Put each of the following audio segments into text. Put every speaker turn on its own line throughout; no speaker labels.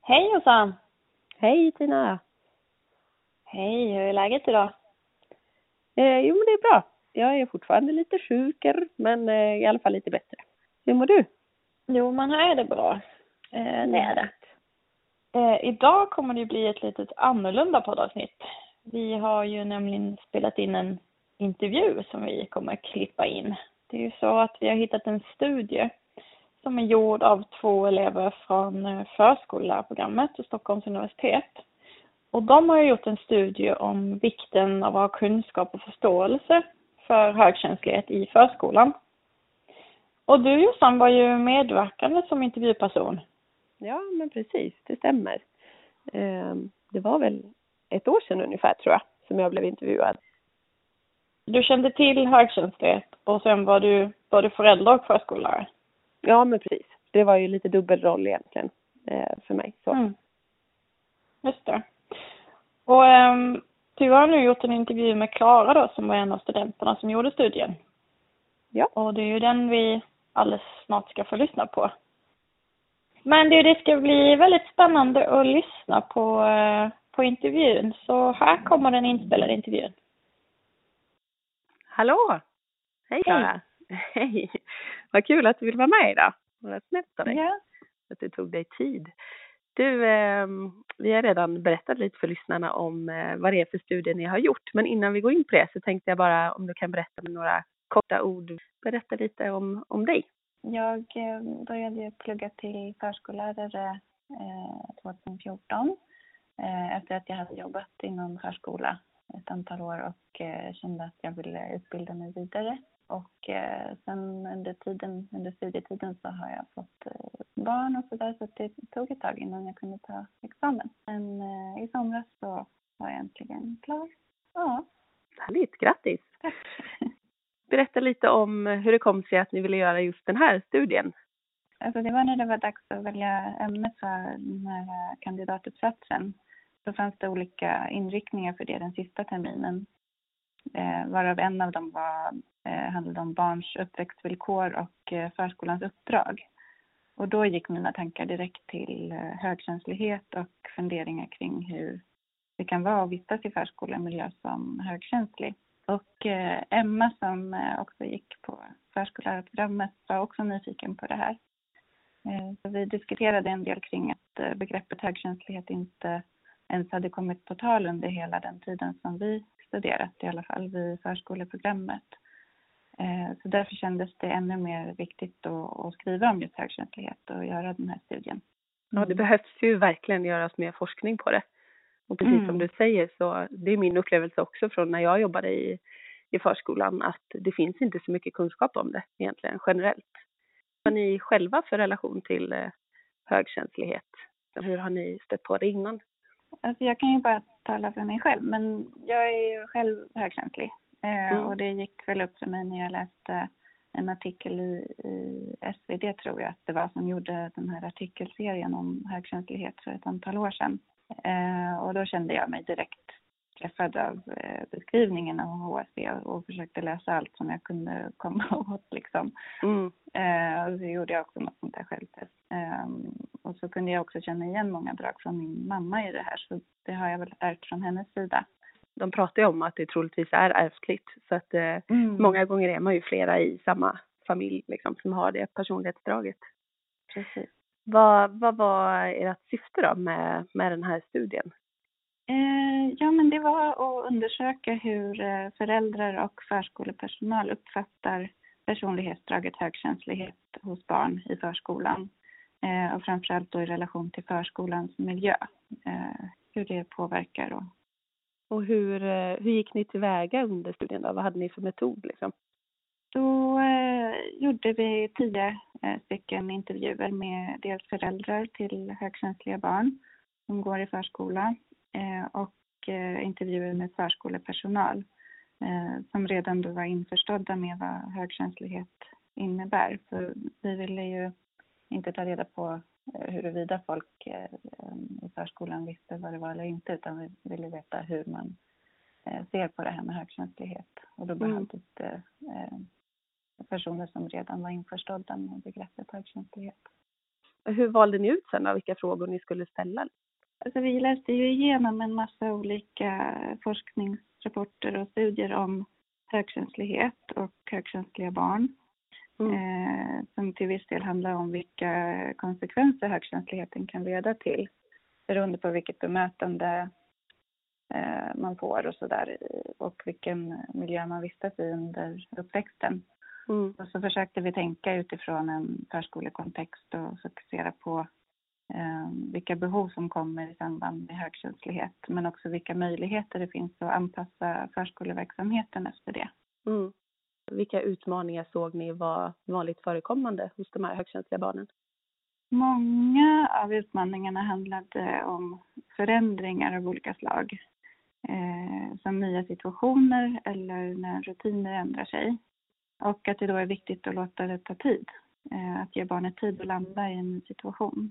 Hej Jossan!
Hej Tina!
Hej, hur är läget idag?
Jo men det är bra. Jag är fortfarande lite sjuker men i alla fall lite bättre. Hur mår du?
Jo, men här är det bra. Det är det. Idag kommer det bli ett litet annorlunda poddavsnitt. Vi har ju nämligen spelat in en intervju som vi kommer klippa in. Det är ju så att vi har hittat en studie som är gjord av 2 elever från förskollärarprogrammet vid Stockholms universitet. Och de har gjort en studie om vikten av att ha kunskap och förståelse för högkänslighet i förskolan. Och du Jossan var ju medverkande som intervjuperson.
Ja men precis, det stämmer. Det var väl ett år sedan ungefär tror jag som jag blev intervjuad.
Du kände till högkänslighet och sen var du både förälder och förskollärare.
Ja men precis, det var ju lite dubbelroll egentligen för mig. Så.
Just det. Och du har nu gjort en intervju med Klara då som var en av studenterna som gjorde studien.
Ja.
Och det är ju den vi alldeles snart ska få lyssna på. Men det ska bli väldigt spännande att lyssna på intervjun. Så här kommer den inspelade intervjun.
Hallå! Hej Klara! Hej! Vad kul att du vill vara med idag. Vad snällt av dig.
Ja.
Att du tog dig tid. Du, vi har redan berättat lite för lyssnarna om vad det är för studier ni har gjort. Men innan vi går in på det så tänkte jag bara om du kan berätta med några korta ord. Berätta lite om dig.
Jag började plugga till förskollärare 2014 efter att jag hade jobbat inom förskola ett antal år och kände att jag ville utbilda mig vidare. Och sen under studietiden så har jag fått barn och sådär så det tog ett tag innan jag kunde ta examen. Men i somras så var jag äntligen klar. Ja.
Härligt, grattis!
Tack.
Berätta lite om hur det kom sig att ni ville göra just den här studien.
Alltså det var när det var dags att välja ämne för den här kandidatuppsatsen. Så fanns det olika inriktningar för det den sista terminen. Varav en av dem handlade om barns uppväxtvillkor och förskolans uppdrag. Och då gick mina tankar direkt till högkänslighet och funderingar kring hur det kan vara att vistas i förskolemiljö som högkänslig. Och Emma som också gick på förskollärarprogrammet var också nyfiken på det här. Så vi diskuterade en del kring att begreppet högkänslighet inte ens hade kommit på tal under hela den tiden som vi studerat, i alla fall vid förskoleprogrammet. Så därför kändes det ännu mer viktigt att skriva om just högkänslighet och göra den här studien.
Ja, det behövs ju verkligen göras mer forskning på det. Och precis som du säger så det är min upplevelse också från när jag jobbade i förskolan att det finns inte så mycket kunskap om det egentligen generellt. Vad har ni själva för relation till högkänslighet? Hur har ni stött på det innan?
Alltså jag kan ju bara tala för mig själv men jag är ju själv högkänslig. Och det gick väl upp för mig när jag läste en artikel i SvD tror jag att det var som gjorde den här artikelserien om högkänslighet för ett antal år sedan. Och då kände jag mig direkt träffad av beskrivningen av HSV och försökte läsa allt som jag kunde komma åt liksom. Och så gjorde jag också något sånt här självtest. Och så kunde jag också känna igen många drag från min mamma i det här så det har jag väl ärvt från hennes sida.
De pratar ju om att det troligtvis är ärftligt så att många gånger är man ju flera i samma familj liksom, som har det personlighetsdraget.
Precis.
Vad var ert syfte då med den här studien?
Ja men det var att undersöka hur föräldrar och förskolepersonal uppfattar personlighetsdraget högkänslighet hos barn i förskolan. Och framförallt då i relation till förskolans miljö. Hur det påverkar.
Och hur gick ni tillväga under studien då? Vad hade ni för metod liksom?
Då gjorde vi 10 stycken intervjuer med dels föräldrar till högkänsliga barn som går i förskola och intervjuer med förskolepersonal som redan då var införstådda med vad högkänslighet innebär. För vi ville ju inte ta reda på huruvida folk i förskolan visste vad det var eller inte utan vi ville veta hur man ser på det här med högkänslighet. Och då behövdes det personer som redan var införstådda med begreppet högkänslighet.
Hur valde ni ut sen då, vilka frågor ni skulle ställa?
Alltså vi läste ju igenom en massa olika forskningsrapporter och studier om högkänslighet och högkänsliga barn. Som till viss del handlar om vilka konsekvenser högkänsligheten kan leda till. Beroende på vilket bemötande man får och sådär. Och vilken miljö man vistas i under uppväxten. Och så försökte vi tänka utifrån en förskolekontext och fokusera på vilka behov som kommer i samband med högkänslighet. Men också vilka möjligheter det finns att anpassa förskoleverksamheten efter det.
Vilka utmaningar såg ni var vanligt förekommande hos de här högkänsliga barnen?
Många av utmaningarna handlade om förändringar av olika slag. Som nya situationer eller när rutiner ändrar sig. Och att det då är viktigt att låta det ta tid. Att ge barnet tid att landa i en ny situation.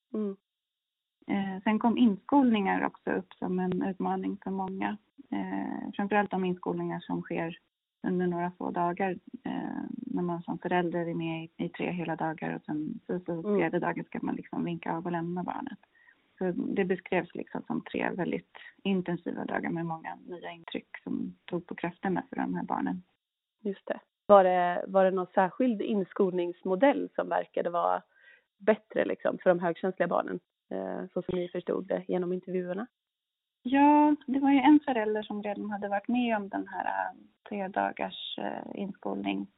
Sen kom inskolningar också upp som en utmaning för många. Framförallt de inskolningar som sker under några få dagar. När man som förälder är med i 3 hela dagar och sen fjärde dagen ska man liksom vinka av och lämna barnet. Så det beskrevs liksom som 3 väldigt intensiva dagar med många nya intryck som tog på krafterna för de här barnen.
Just det. Var det någon särskild inskolningsmodell som verkade vara bättre liksom för de högkänsliga barnen? Så som ni förstod det genom intervjuerna?
Ja, det var ju en förälder som redan hade varit med om den här 3 dagars inskolning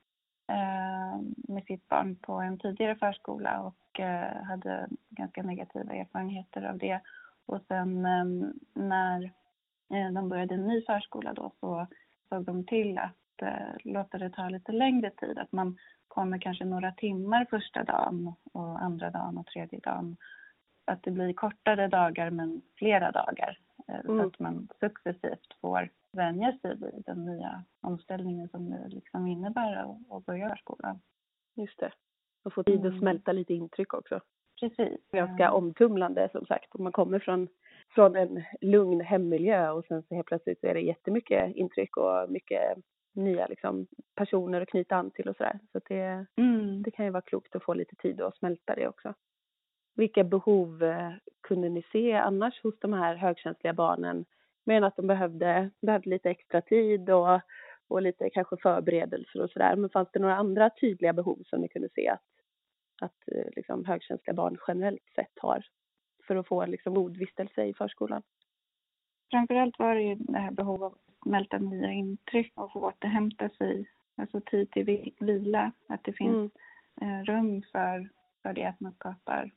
med sitt barn på en tidigare förskola och hade ganska negativa erfarenheter av det. Och sen när de började en ny förskola då så såg de till att låta det ta lite längre tid. Att man kommer kanske några timmar första dagen och andra dagen och tredje dagen. Att det blir kortare dagar men flera dagar. Så att man successivt får vänja sig vid den nya omställningen som det liksom innebär att börja skolan.
Just det. Och få tid att smälta lite intryck också.
Precis.
Ganska omtumlande som sagt. Om man kommer från en lugn hemmiljö och sen så helt plötsligt är det jättemycket intryck och mycket nya liksom, personer att knyta an till och sådär. Så det kan ju vara klokt att få lite tid att smälta det också. Vilka behov kunde ni se annars hos de här högkänsliga barnen? Men att de behövde lite extra tid och lite kanske förberedelser och sådär. Men fanns det några andra tydliga behov som ni kunde se att liksom, högkänsliga barn generellt sett har för att få liksom, god vistelse i förskolan?
Framförallt var det ju det här behovet av att smälta nya intryck och få återhämta sig. Alltså tid till vila. Att det finns rum för det att man skapar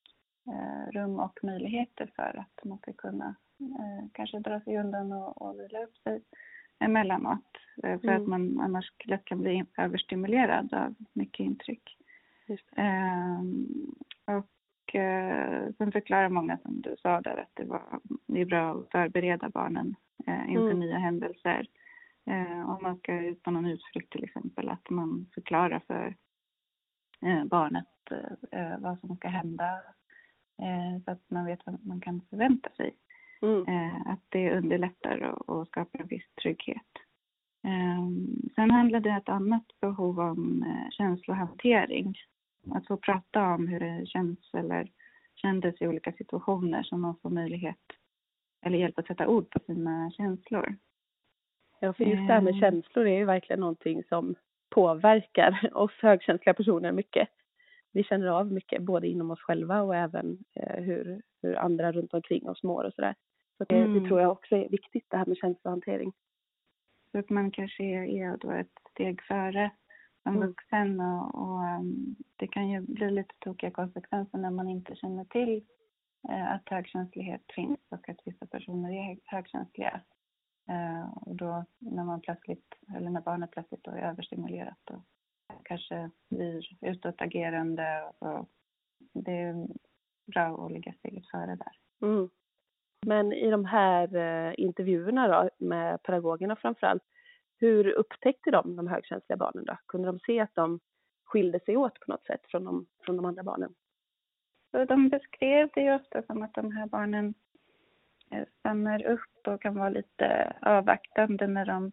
rum och möjligheter för att man ska kunna kanske dra sig undan och vila upp sig emellanåt. För att man annars lätt kan bli överstimulerad av mycket intryck. Sen förklarar många som du sa där att det är bra att förbereda barnen inför nya händelser. Om man ska ut på någon utflykt till exempel, att man förklarar för barnet vad som ska hända. Så att man vet vad man kan förvänta sig. Att det underlättar och skapar en viss trygghet. Sen handlar det ett annat behov om känslohantering. Att få prata om hur det känns eller kändes i olika situationer som man får möjlighet eller hjälp att sätta ord på sina känslor.
Ja, för just det här med känslor är ju verkligen någonting som påverkar oss högkänsliga personer mycket. Vi känner av mycket både inom oss själva och även hur andra runt omkring oss mår och sådär. Så det tror jag också är viktigt, det här med känslohantering.
Så att man kanske är då ett steg före som vuxen och det kan ju bli lite tokiga konsekvenser när man inte känner till att högkänslighet finns och att vissa personer är högkänsliga. Och då när barnet plötsligt då är överstimulerat och kanske blir utåtagerande och det är bra att ligga steget före där.
Men i de här intervjuerna då, med pedagogerna framförallt, hur upptäckte de högkänsliga barnen då? Kunde de se att de skilde sig åt på något sätt från de andra barnen?
Så de beskrev det ju ofta som att de här barnen stannar upp och kan vara lite avvaktande när de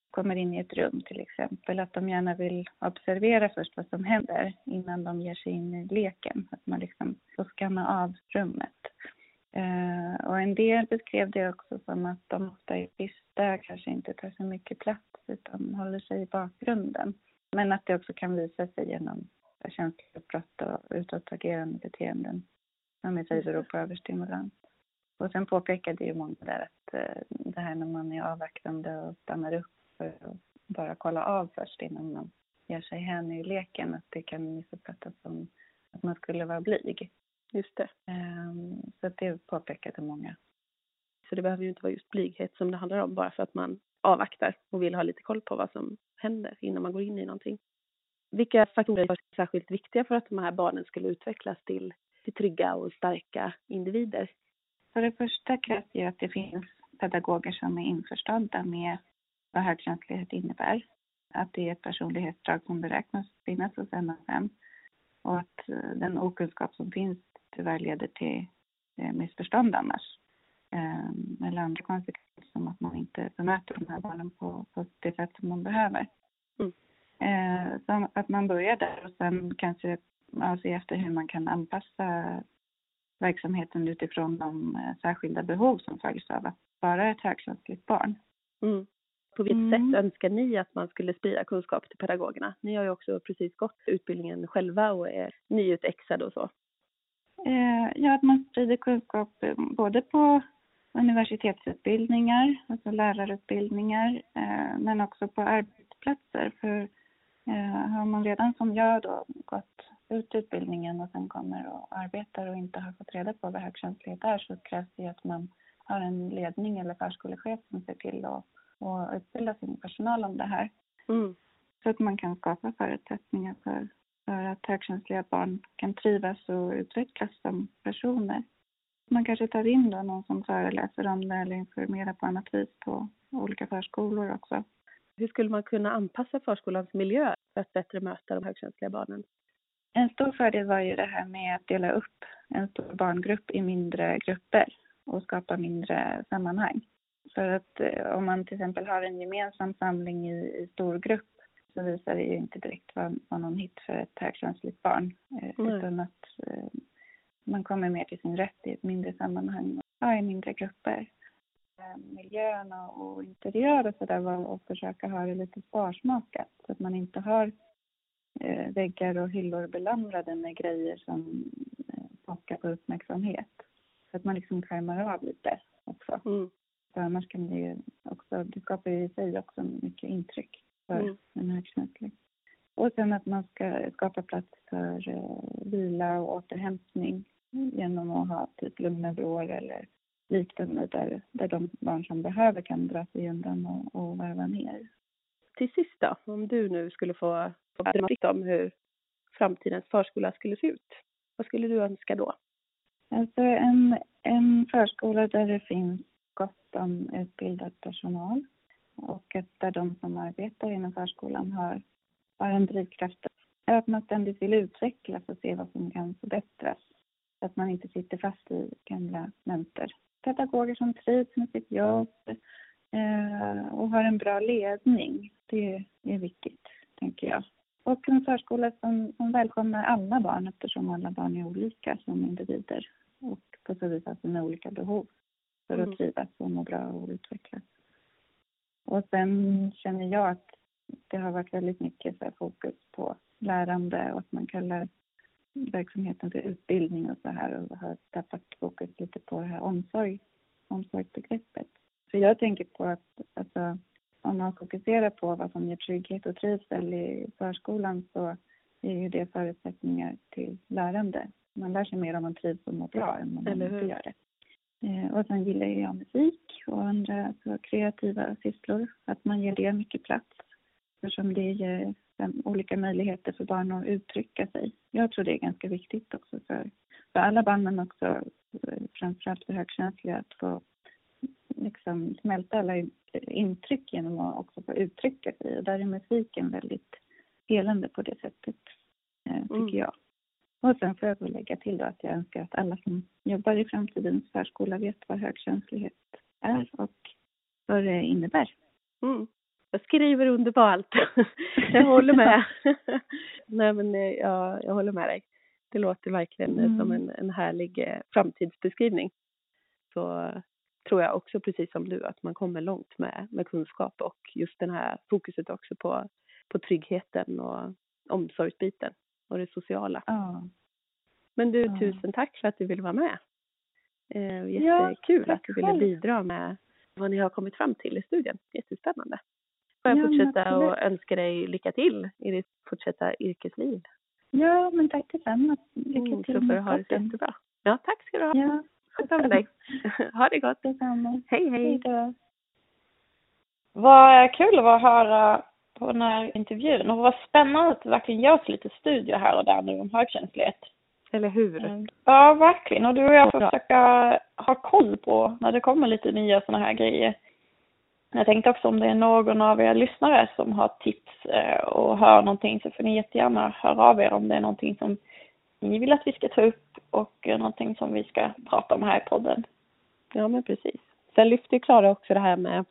kommer in i ett rum till exempel, att de gärna vill observera först vad som händer innan de ger sig in i leken. Att man liksom får skanna av rummet. Och en del beskrev det också som att de ofta är tysta, kanske inte tar så mycket plats utan håller sig i bakgrunden. Men att det också kan visa sig genom känslouppbrott och utåtagerande beteenden som i sig beror på överstimulans. Och sen påpekade ju många där att det här när man är avvaktande och stannar upp för att bara kolla av först innan man ger sig hän i leken, att det kan missuppfattas som att man skulle vara blyg.
Just det.
Så att det påpekade många.
Så det behöver ju inte vara just blyghet som det handlar om, bara för att man avvaktar och vill ha lite koll på vad som händer innan man går in i någonting. Vilka faktorer är särskilt viktiga för att de här barnen skulle utvecklas till trygga och starka individer?
För det första krävs ju att det finns pedagoger som är införstådda med vad högkänslighet innebär. Att det är ett personlighetsdrag som beräknas finnas hos NA5. Och att den okunskap som finns tyvärr leder till missförstånd annars. Eller andra konsekvenser som att man inte bemöter de här barnen på det sätt som man behöver. Så att man börjar där och sen kanske se efter hur man kan anpassa verksamheten utifrån de särskilda behov som följs av att vara ett högkänsligt barn.
På vilket sätt önskar ni att man skulle sprida kunskap till pedagogerna? Ni har ju också precis gått utbildningen själva och är nyutexade och så.
Ja, att man sprider kunskap både på universitetsutbildningar, alltså lärarutbildningar, men också på arbetsplatser. För har man redan som jag då gått ut utbildningen och sen kommer och arbetar och inte har fått reda på vad högkänslighet är, så krävs det att man har en ledning eller förskolechef som ser till och utbilda sin personal om det här. Så att man kan skapa förutsättningar för att högkänsliga barn kan trivas och utvecklas som personer. Man kanske tar in då någon som föreläser om det eller informerar på annat vis på olika förskolor också.
Hur skulle man kunna anpassa förskolans miljö för att bättre möta de högkänsliga barnen?
En stor fördel var ju det här med att dela upp en stor barngrupp i mindre grupper och skapa mindre sammanhang. För att om man till exempel har en gemensam samling i stor grupp, så visar det ju inte direkt vad någon hit för ett högkänsligt barn. Utan att man kommer mer till sin rätt i ett mindre sammanhang och i mindre grupper. Miljön och interiör och sådär var att försöka ha det lite sparsmakat. Så att man inte har väggar och hyllor belamrade med grejer som pockar på uppmärksamhet. Så att man liksom skärmar av lite också. För annars kan det ju också, det skapar ju i sig också mycket intryck för en högkänslig. Och sen att man ska skapa plats för vila och återhämtning genom att ha typ lugna vrår eller liknande där de barn som behöver kan dra sig undan och varva ner.
Till sist då, om du nu skulle få berätta lite om hur framtidens förskola skulle se ut, vad skulle du önska då?
Alltså en förskola där det finns gott om utbildad personal och där de som arbetar inom förskolan har en drivkraft att man ständigt vill utvecklas och se vad som kan förbättras. Så att man inte sitter fast i gamla mönster. Pedagoger som trivs med sitt jobb och har en bra ledning, det är viktigt, tänker jag. Och en förskola som välkomnar alla barn, eftersom alla barn är olika som individer och på så vis har sina olika behov för att trivas och må bra och utvecklas. Och sen känner jag att det har varit väldigt mycket så här fokus på lärande och att man kallar verksamheten för utbildning och så här, och har tappat fokus lite på det här omsorgsbegreppet. För jag tänker på att alltså, om man fokuserar på vad som ger trygghet och trivsel i förskolan, så är ju det förutsättningar till lärande. Man lär sig mer om man trivs och mår bra än om man inte gör det. Och sen gillar jag musik och andra så kreativa sysslor. Att man ger det mycket plats. Eftersom det ger olika möjligheter för barn att uttrycka sig. Jag tror det är ganska viktigt också för alla barn, men också framförallt för högkänsliga att få liksom smälta alla intryck genom att också få uttrycka sig. Och där är musiken väldigt helande på det sättet, tycker jag. Och sen får jag väl lägga till då att jag önskar att alla som jobbar i framtidens förskola vet vad högkänslighet är och vad det innebär.
Jag skriver under på allt. Jag håller med. Nej, men jag håller med dig. Det låter verkligen som en härlig framtidsbeskrivning. Så tror jag också, precis som du, att man kommer långt med kunskap och just den här fokuset också på tryggheten och omsorgsbiten och det sociala. Men du, tusen tack för att du ville vara med. Jättekul att du ville bidra med vad ni har kommit fram till i studien. Jättespännande. Får jag fortsätta och önska dig lycka till i ditt fortsatta yrkesliv.
Ja, men tack detsamma. Lycka till.
Så får du ha det så jättebra. Ja, tack ska du ha.
Ja.
Sköt om dig. Ha det gott.
Detsamma.
Hej, hej.
Hej då.
Vad kul att höra på den här intervjun. Och vad spännande att det verkligen görs lite studier här och där nu om högkänslighet.
Eller hur?
Ja, verkligen. Och du och jag får försöka ha koll på när det kommer lite nya sådana här grejer. Jag tänkte också om det är någon av er lyssnare som har tips och hör någonting, så får ni jättegärna höra av er om det är någonting som ni vill att vi ska ta upp och någonting som vi ska prata om här i podden.
Ja, men precis. Sen lyfter Klara också det här med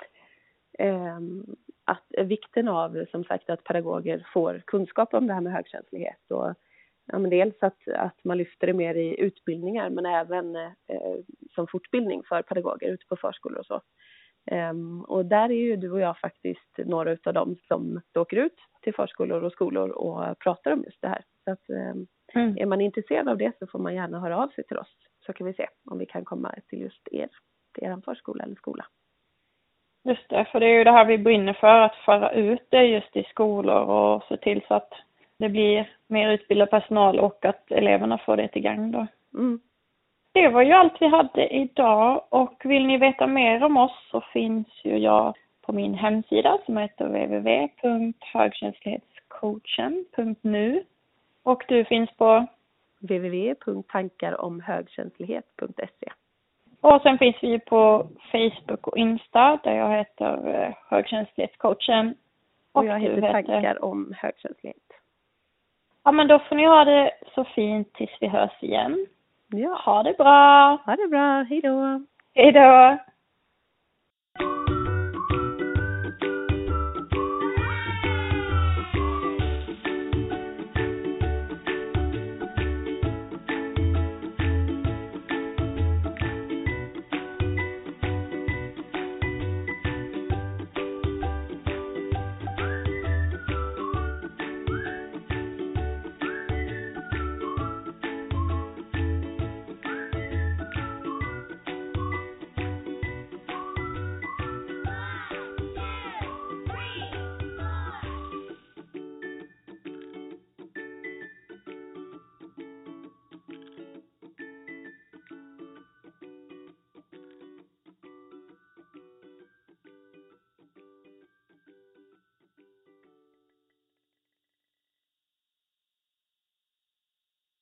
att vikten av, som sagt, att pedagoger får kunskap om det här med högkänslighet. Och men dels att man lyfter det mer i utbildningar, men även som fortbildning för pedagoger ute på förskolor och så. Och där är ju du och jag faktiskt några av dem som åker ut till förskolor och skolor och pratar om just det här. Så att är man intresserad av det så får man gärna höra av sig till oss. Så kan vi se om vi kan komma till just er, till er förskola eller skola.
Just det, för det är ju det här vi brinner för, att föra ut det just i skolor och se till så att det blir mer utbildad personal och att eleverna får det till gang då. Det var ju allt vi hade idag, och vill ni veta mer om oss så finns ju jag på min hemsida som heter www.högkänslighetscoachen.nu, och du finns på
www.tankaromhögkänslighet.se.
Och sen finns vi på Facebook och Insta där jag heter högkänslighetscoachen.
Och jag heter Tankar om högkänslighet.
Ja, men då får ni ha det så fint tills vi hörs igen.
Ja.
Ha det bra.
Ha det bra. Hej då.
Hej då.